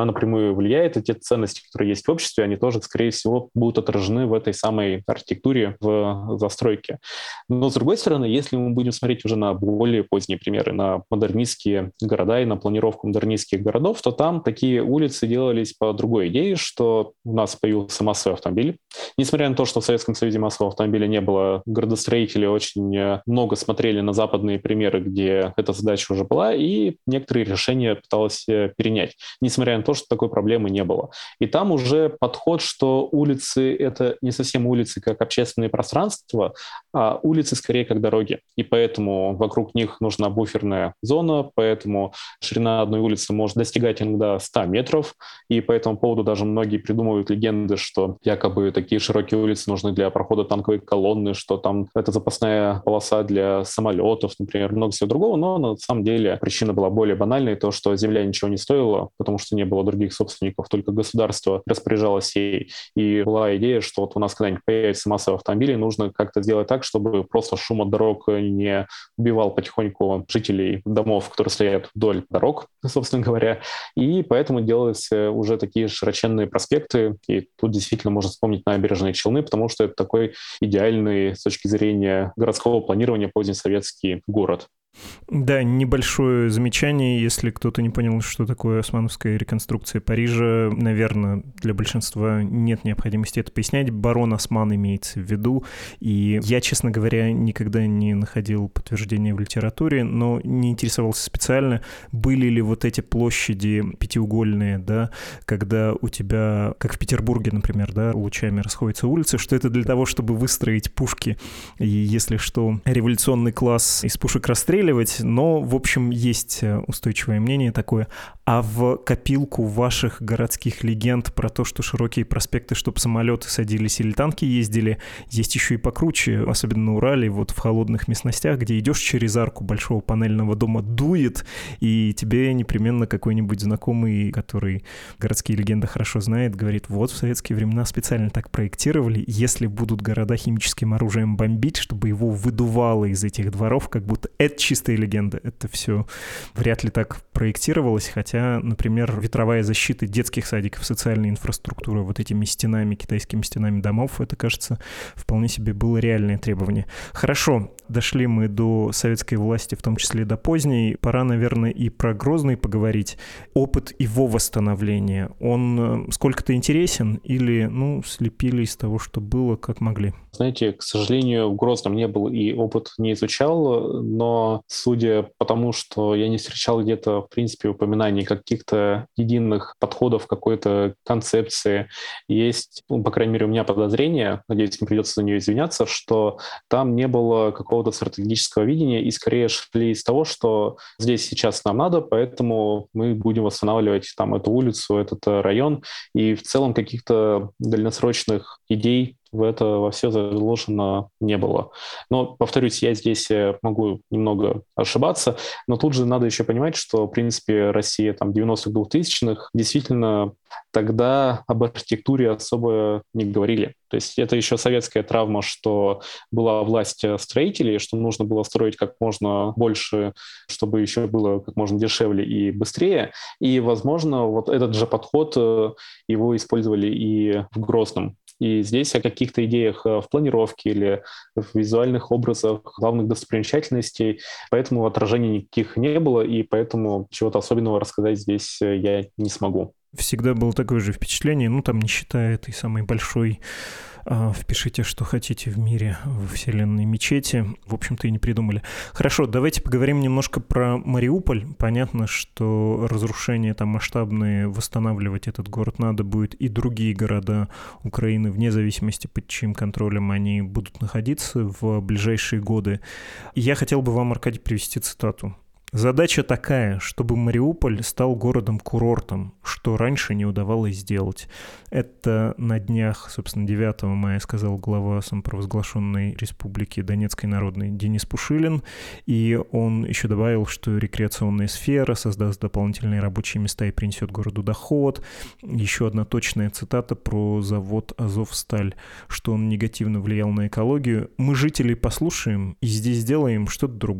напрямую влияет, и те ценности, которые есть в обществе, они тоже, скорее всего, будут отражены в этой самой архитектуре, в застройке. Но, с другой стороны, если мы будем смотреть уже на более поздние примеры, на модернистские города и на планировку модернистских городов, то там такие улицы делались по другой идее, что у нас появился массовый автомобиль. Несмотря на то, что в Советском Союзе массового автомобиля не было, градостроители очень много смотрели на западные примеры, где эта задача уже была, и некоторые решения пыталась перенять, несмотря на то, что такой проблемы не было. И там уже подход, что улицы — это не совсем улицы как общественные пространства, а улицы скорее как дороги. И поэтому вокруг них нужна буферная зона, поэтому ширина одной улицы может достигать иногда ста метров, и по этому поводу даже многие придумывают легенды, что якобы такие широкие улицы нужны для прохода танковой колонны, что там это запасная полоса для самолетов, например, много всего другого, но на самом деле причина была более банальной, то, что земля ничего не стоила, потому что не было других собственников, только государство распоряжалось ей. И была идея, что вот у нас когда-нибудь появится масса автомобилей, нужно как-то сделать так, чтобы просто шум от дорог не убивал потихоньку жителей домов, которые стоят вдоль дорог, собственно говоря. И поэтому делались уже такие широченные проспекты, и тут действительно можно вспомнить Набережные Челны, потому что это такой идеальный с точки зрения городского планирования позднесоветский город. Да, небольшое замечание, если кто-то не понял, что такое османовская реконструкция Парижа, наверное, для большинства нет необходимости это пояснять. Барон Осман имеется в виду, и я, честно говоря, никогда не находил подтверждения в литературе, но не интересовался специально, были ли вот эти площади пятиугольные, да, когда у тебя, как в Петербурге, например, да, лучами расходятся улицы, что это для того, чтобы выстроить пушки, и если что, революционный класс из пушек расстреливает, но, в общем, есть устойчивое мнение такое. А в копилку ваших городских легенд про то, что широкие проспекты, чтобы самолеты садились или танки ездили, есть еще и покруче, особенно на Урале, вот в холодных местностях, где идешь через арку большого панельного дома, дует, и тебе непременно какой-нибудь знакомый, который городские легенды хорошо знает, говорит, вот в советские времена специально так проектировали, если будут города химическим оружием бомбить, чтобы его выдувало из этих дворов, как будто это чистая легенда. Это все вряд ли так проектировалось, хотя, например, ветровая защита детских садиков, социальная инфраструктура вот этими стенами, китайскими стенами домов, это, кажется, вполне себе было реальное требование. Хорошо, дошли мы до советской власти, в том числе до поздней. Пора, наверное, и про Грозный поговорить. Опыт его восстановления, он сколько-то интересен или, ну, слепили из того, что было, как могли? Знаете, к сожалению, в Грозном не был и опыт не изучал, но судя по тому, что я не встречал где-то, в принципе, упоминаний каких-то единых подходов, какой-то концепции, есть, ну, по крайней мере, у меня подозрение, надеюсь, не придется за нее извиняться, что там не было какого-то стратегического видения и скорее шли из того, что здесь сейчас нам надо, поэтому мы будем восстанавливать там эту улицу, этот район, и в целом каких-то дальносрочных идей в это во все заложено не было. Но, повторюсь, я здесь могу немного ошибаться, но тут же надо еще понимать, что, в принципе, Россия там девяностых, двухтысячных действительно тогда об архитектуре особо не говорили. То есть это еще советская травма, что была власть строителей, что нужно было строить как можно больше, чтобы еще было как можно дешевле и быстрее. И, возможно, вот этот же подход его использовали и в Грозном. И здесь о каких-то идеях в планировке или в визуальных образах главных достопримечательностей, поэтому отражений никаких не было, и поэтому чего-то особенного рассказать здесь я не смогу. Всегда было такое же впечатление, ну там не считая этой самой большой «впишите, что хотите в мире, в вселенной мечети». В общем-то, и не придумали. Хорошо, давайте поговорим немножко про Мариуполь. Понятно, что разрушения там масштабные, восстанавливать этот город надо будет, и другие города Украины, вне зависимости, под чьим контролем они будут находиться в ближайшие годы. И я хотел бы вам, Аркадий, привести цитату. Задача такая, чтобы Мариуполь стал городом-курортом, что раньше не удавалось сделать. Это на днях, собственно, девятого мая сказал глава самопровозглашенной республики Донецкой Народной Денис Пушилин, и он еще добавил, что рекреационная сфера создаст дополнительные рабочие места и принесет городу доход. Еще одна точная цитата про завод «Азовсталь», что он негативно влиял на экологию. Мы жителей послушаем и здесь сделаем что-то другое.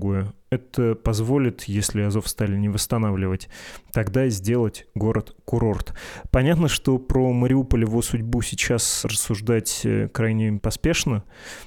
это позволит, если Азовсталь не восстанавливать, тогда сделать город-курорт. Понятно, что про Мариуполь, его судьбу сейчас рассуждать крайне поспешно,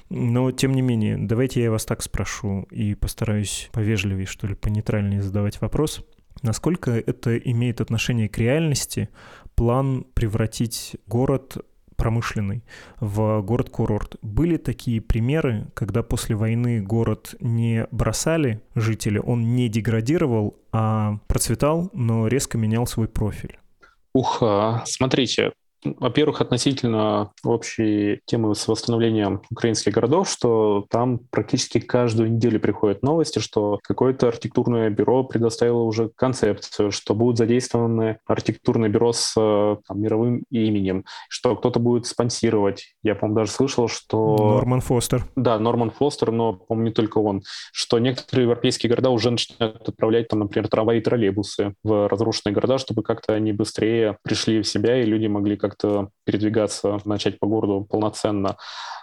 но тем не менее, давайте я вас так спрошу и постараюсь повежливее, что ли, понейтральнее задавать вопрос. Насколько это имеет отношение к реальности, план превратить город промышленный в город-курорт? Были такие примеры, когда после войны город не бросали жители, он не деградировал, а процветал, но резко менял свой профиль? Ух, смотрите, во-первых, относительно общей темы с восстановлением украинских городов, что там практически каждую неделю приходят новости, что какое-то архитектурное бюро предоставило уже концепцию, что будут задействованы архитектурное бюро с там, мировым именем, что кто-то будет спонсировать. Я, по-моему, даже слышал, что... Норман Фостер. Да, Норман Фостер, но, по-моему, не только он. Что некоторые европейские города уже начинают отправлять, там, например, трамваи и троллейбусы в разрушенные города, чтобы как-то они быстрее пришли в себя, и люди могли как как-то передвигаться, начать по городу полноценно.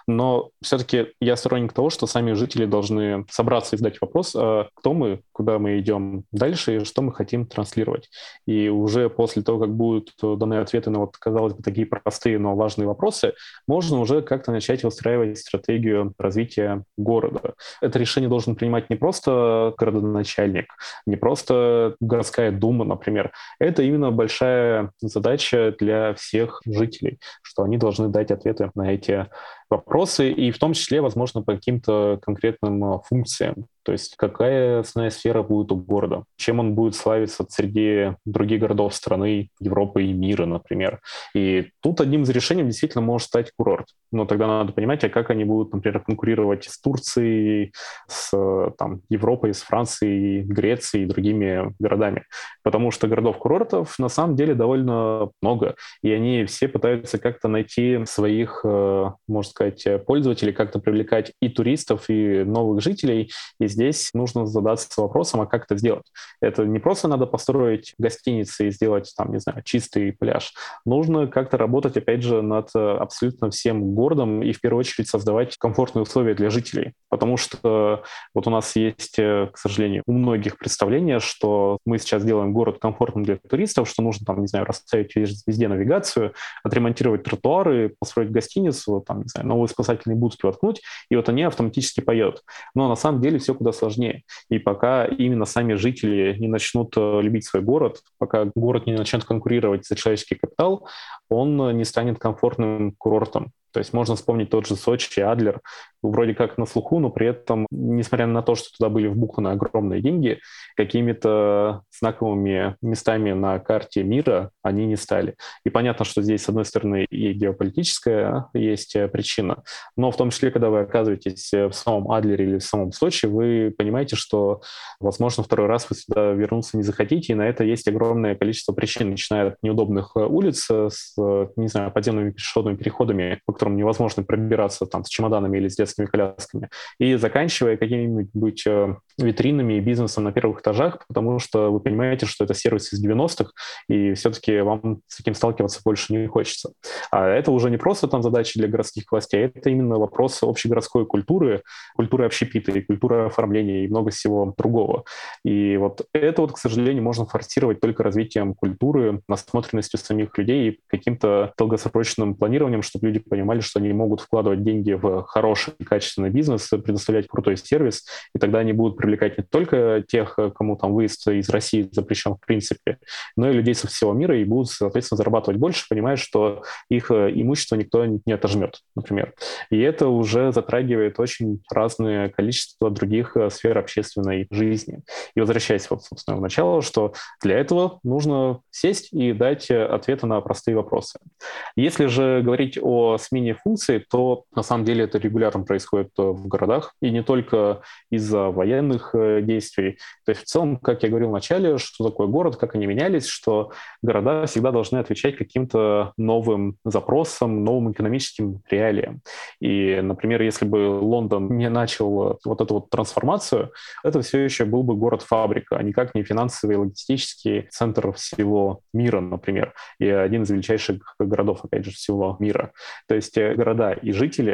Но все-таки я сторонник того, что сами жители должны собраться и задать вопрос, а кто мы, куда мы идем дальше и что мы хотим транслировать. И уже после того, как будут даны ответы на, вот, казалось бы, такие простые, но важные вопросы, можно уже как-то начать выстраивать стратегию развития города. Это решение должен принимать не просто городоначальник, не просто городская дума, например. Это именно большая задача для всех жителей, что они должны дать ответы на эти вопросы, и в том числе, возможно, по каким-то конкретным функциям. То есть какая основная сфера будет у города, чем он будет славиться среди других городов страны, Европы и мира, например. И тут одним из решений действительно может стать курорт. Но тогда надо понимать, а как они будут, например, конкурировать с Турцией, с там, Европой, с Францией, Грецией и другими городами. Потому что городов-курортов на самом деле довольно много, и они все пытаются как-то найти своих, можно сказать, пользователей, как-то привлекать и туристов, и новых жителей. И здесь нужно задаться вопросом, а как это сделать? Это не просто надо построить гостиницы и сделать, там, не знаю, чистый пляж. Нужно как-то работать, опять же, над абсолютно всем городом и в первую очередь создавать комфортные условия для жителей. Потому что вот у нас есть, к сожалению, у многих представление, что мы сейчас делаем город комфортным для туристов, что нужно, там, не знаю, расставить везде навигацию, отремонтировать тротуары, построить гостиницу, там, не знаю, новые спасательные будки воткнуть, и вот они автоматически поедут. Но на самом деле все куда сложнее. И пока именно сами жители не начнут любить свой город, пока город не начнет конкурировать за человеческий капитал, он не станет комфортным курортом. То есть можно вспомнить тот же Сочи, Адлер, вроде как на слуху, но при этом, несмотря на то, что туда были вбуханы огромные деньги, какими-то знаковыми местами на карте мира они не стали. И понятно, что здесь, с одной стороны, и геополитическая есть причина, но в том числе, когда вы оказываетесь в самом Адлере или в самом Сочи, вы понимаете, что, возможно, второй раз вы сюда вернуться не захотите, и на это есть огромное количество причин, начиная от неудобных улиц с, не знаю, подземными пешеходными переходами, по которым невозможно пробираться там, с чемоданами или с детскими колясками, и заканчивая какими-нибудь витринами и бизнесом на первых этажах, потому что вы понимаете, что это сервис из девяностых, и все-таки вам с этим сталкиваться больше не хочется. А это уже не просто там задачи для городских властей, это именно вопрос общегородской культуры, культуры общепита и культуры оформления и много всего другого. И вот это вот, к сожалению, можно форсировать только развитием культуры, насмотренностью самих людей и каким-то долгосрочным планированием, чтобы люди понимали, что они могут вкладывать деньги в хороший, качественный бизнес, предоставлять крутой сервис, и тогда они будут привлекать не только тех, кому там выезд из России запрещен в принципе, но и людей со всего мира, и будут, соответственно, зарабатывать больше, понимая, что их имущество никто не отожмет, например. И это уже затрагивает очень разное количество других сфер общественной жизни. И возвращаясь, вот, собственно, в начало, что для этого нужно сесть и дать ответы на простые вопросы. Если же говорить о смене функций, то на самом деле это регулярно происходит в городах, и не только из-за военных действий. То есть в целом, как я говорил в начале, что такое город, как они менялись, что города всегда должны отвечать каким-то новым запросам, новым экономическим реалиям. И, например, если бы Лондон не начал вот эту вот трансформацию, это все еще был бы город-фабрика, а никак не финансовый и логистический центр всего мира, например, и один из величайших городов, опять же, всего мира. То есть города и жители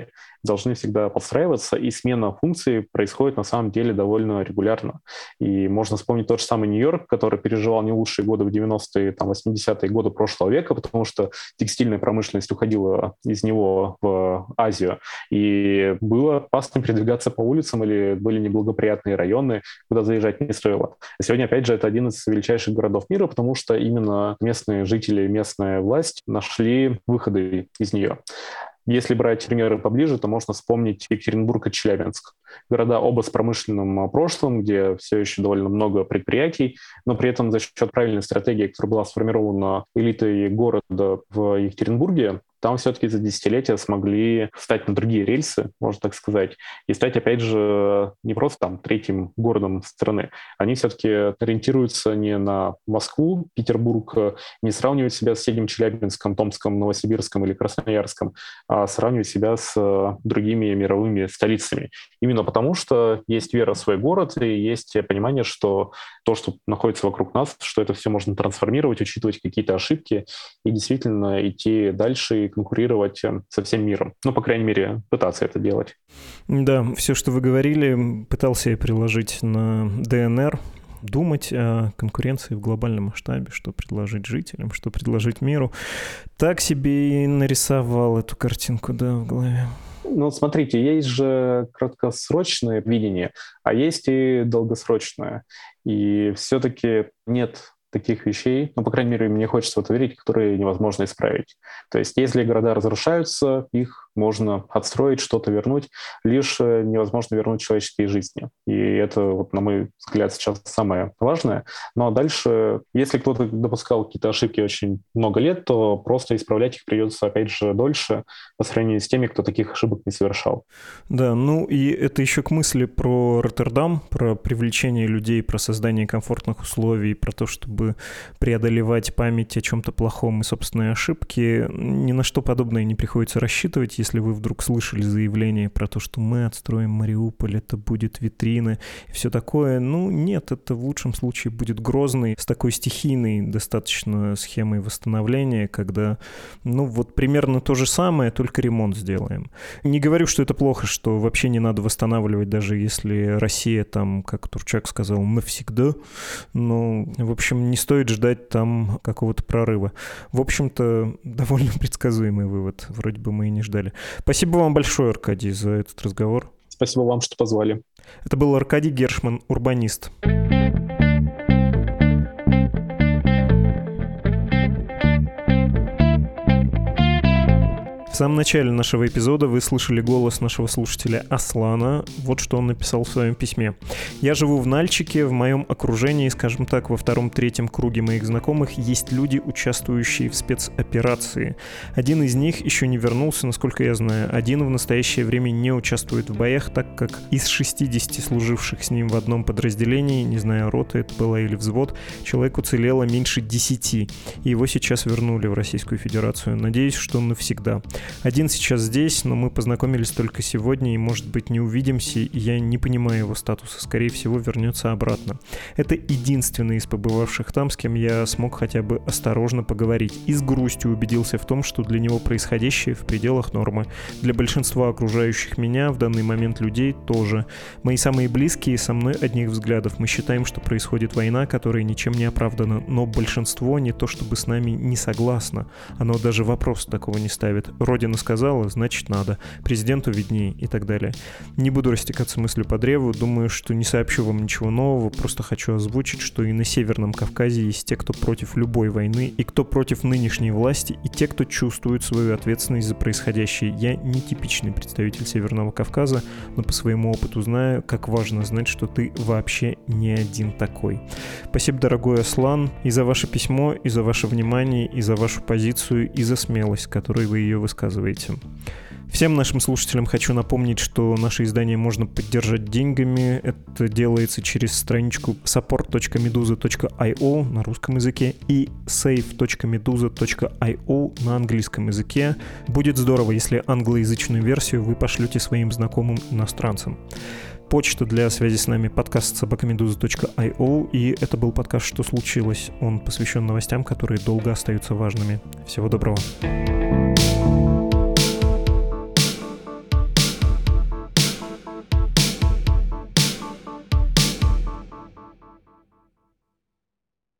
должны всегда подстраиваться, и смена функций происходит на самом деле довольно регулярно. И можно вспомнить тот же самый Нью-Йорк, который переживал не лучшие годы в девяностые, там, восьмидесятые годы прошлого века, потому что текстильная промышленность уходила из него в Азию, и было опасно передвигаться по улицам, или были неблагоприятные районы, куда заезжать не стоило. А сегодня, опять же, это один из величайших городов мира, потому что именно местные жители, местная власть нашли выходы из нее. Если брать примеры поближе, то можно вспомнить Екатеринбург и Челябинск. Города оба с промышленным прошлым, где все еще довольно много предприятий, но при этом за счет правильной стратегии, которая была сформирована элитой города в Екатеринбурге, там все-таки за десятилетия смогли встать на другие рельсы, можно так сказать, и стать, опять же, не просто там третьим городом страны. Они все-таки ориентируются не на Москву, Петербург, не сравнивают себя с соседним Челябинском, Томском, Новосибирском или Красноярском, а сравнивают себя с другими мировыми столицами. Именно потому, что есть вера в свой город и есть понимание, что то, что находится вокруг нас, что это все можно трансформировать, учитывать какие-то ошибки и действительно идти дальше и конкурировать со всем миром. Ну, по крайней мере, пытаться это делать. Да, все, что вы говорили, пытался я приложить на ДНР, думать о конкуренции в глобальном масштабе, что предложить жителям, что предложить миру. Так себе и нарисовал эту картинку, да, в голове. Ну, смотрите, есть же краткосрочное видение, а есть и долгосрочное. И все-таки нет таких вещей, ну, по крайней мере, мне хочется в это верить, которые невозможно исправить. То есть если города разрушаются, их можно отстроить, что-то вернуть, лишь невозможно вернуть человеческие жизни. И это, вот, на мой взгляд, сейчас самое важное. Ну а дальше, если кто-то допускал какие-то ошибки очень много лет, то просто исправлять их придется, опять же, дольше по сравнению с теми, кто таких ошибок не совершал. Да, ну и это еще к мысли про Роттердам, про привлечение людей, про создание комфортных условий, про то, чтобы преодолевать память о чем-то плохом и собственные ошибки. Ни на что подобное не приходится рассчитывать. Если вы вдруг слышали заявление про то, что мы отстроим Мариуполь, это будет витрина и все такое, ну нет, это в лучшем случае будет Грозный с такой стихийной достаточно схемой восстановления, когда, ну вот примерно то же самое, только ремонт сделаем. Не говорю, что это плохо, что вообще не надо восстанавливать, даже если Россия там, как Турчак сказал, навсегда, но, в общем, не стоит ждать там какого-то прорыва. В общем-то, довольно предсказуемый вывод, вроде бы мы и не ждали. Спасибо вам большое, Аркадий, за этот разговор. Спасибо вам, что позвали. Это был Аркадий Гершман, урбанист. В самом начале нашего эпизода вы слышали голос нашего слушателя Аслана. Вот что он написал в своем письме. «Я живу в Нальчике, в моем окружении, скажем так, во втором-третьем круге моих знакомых есть люди, участвующие в спецоперации. Один из них еще не вернулся, насколько я знаю. Один в настоящее время не участвует в боях, так как из шестидесяти служивших с ним в одном подразделении, не знаю, рота это была или взвод, человек уцелело меньше десяти. И его сейчас вернули в Российскую Федерацию. Надеюсь, что навсегда. Один сейчас здесь, но мы познакомились только сегодня и, может быть, не увидимся, и я не понимаю его статуса. Скорее всего, вернется обратно. Это единственный из побывавших там, с кем я смог хотя бы осторожно поговорить. И с грустью убедился в том, что для него происходящее в пределах нормы. Для большинства окружающих меня в данный момент людей тоже. Мои самые близкие со мной одних взглядов. Мы считаем, что происходит война, которая ничем не оправдана, но большинство не то чтобы с нами не согласно. Оно даже вопрос такого не ставит. Родина сказала, значит надо. Президенту виднее и так далее. Не буду растекаться мыслью по древу. Думаю, что не сообщу вам ничего нового. Просто хочу озвучить, что и на Северном Кавказе есть те, кто против любой войны, и кто против нынешней власти, и те, кто чувствует свою ответственность за происходящее. Я не типичный представитель Северного Кавказа, но по своему опыту знаю, как важно знать, что ты вообще не один такой. Спасибо, дорогой Аслан, и за ваше письмо, и за ваше внимание, и за вашу позицию, и за смелость, которой вы ее высказываете. Всем нашим слушателям хочу напомнить, что наше издание можно поддержать деньгами. Это делается через страничку support точка meduza точка io на русском языке и save точка meduza точка io на английском языке. Будет здорово, если англоязычную версию вы пошлете своим знакомым иностранцам. Почта для связи с нами — подкаст собака медуза точка io, и это был подкаст «Что случилось?». Он посвящен новостям, которые долго остаются важными. Всего доброго.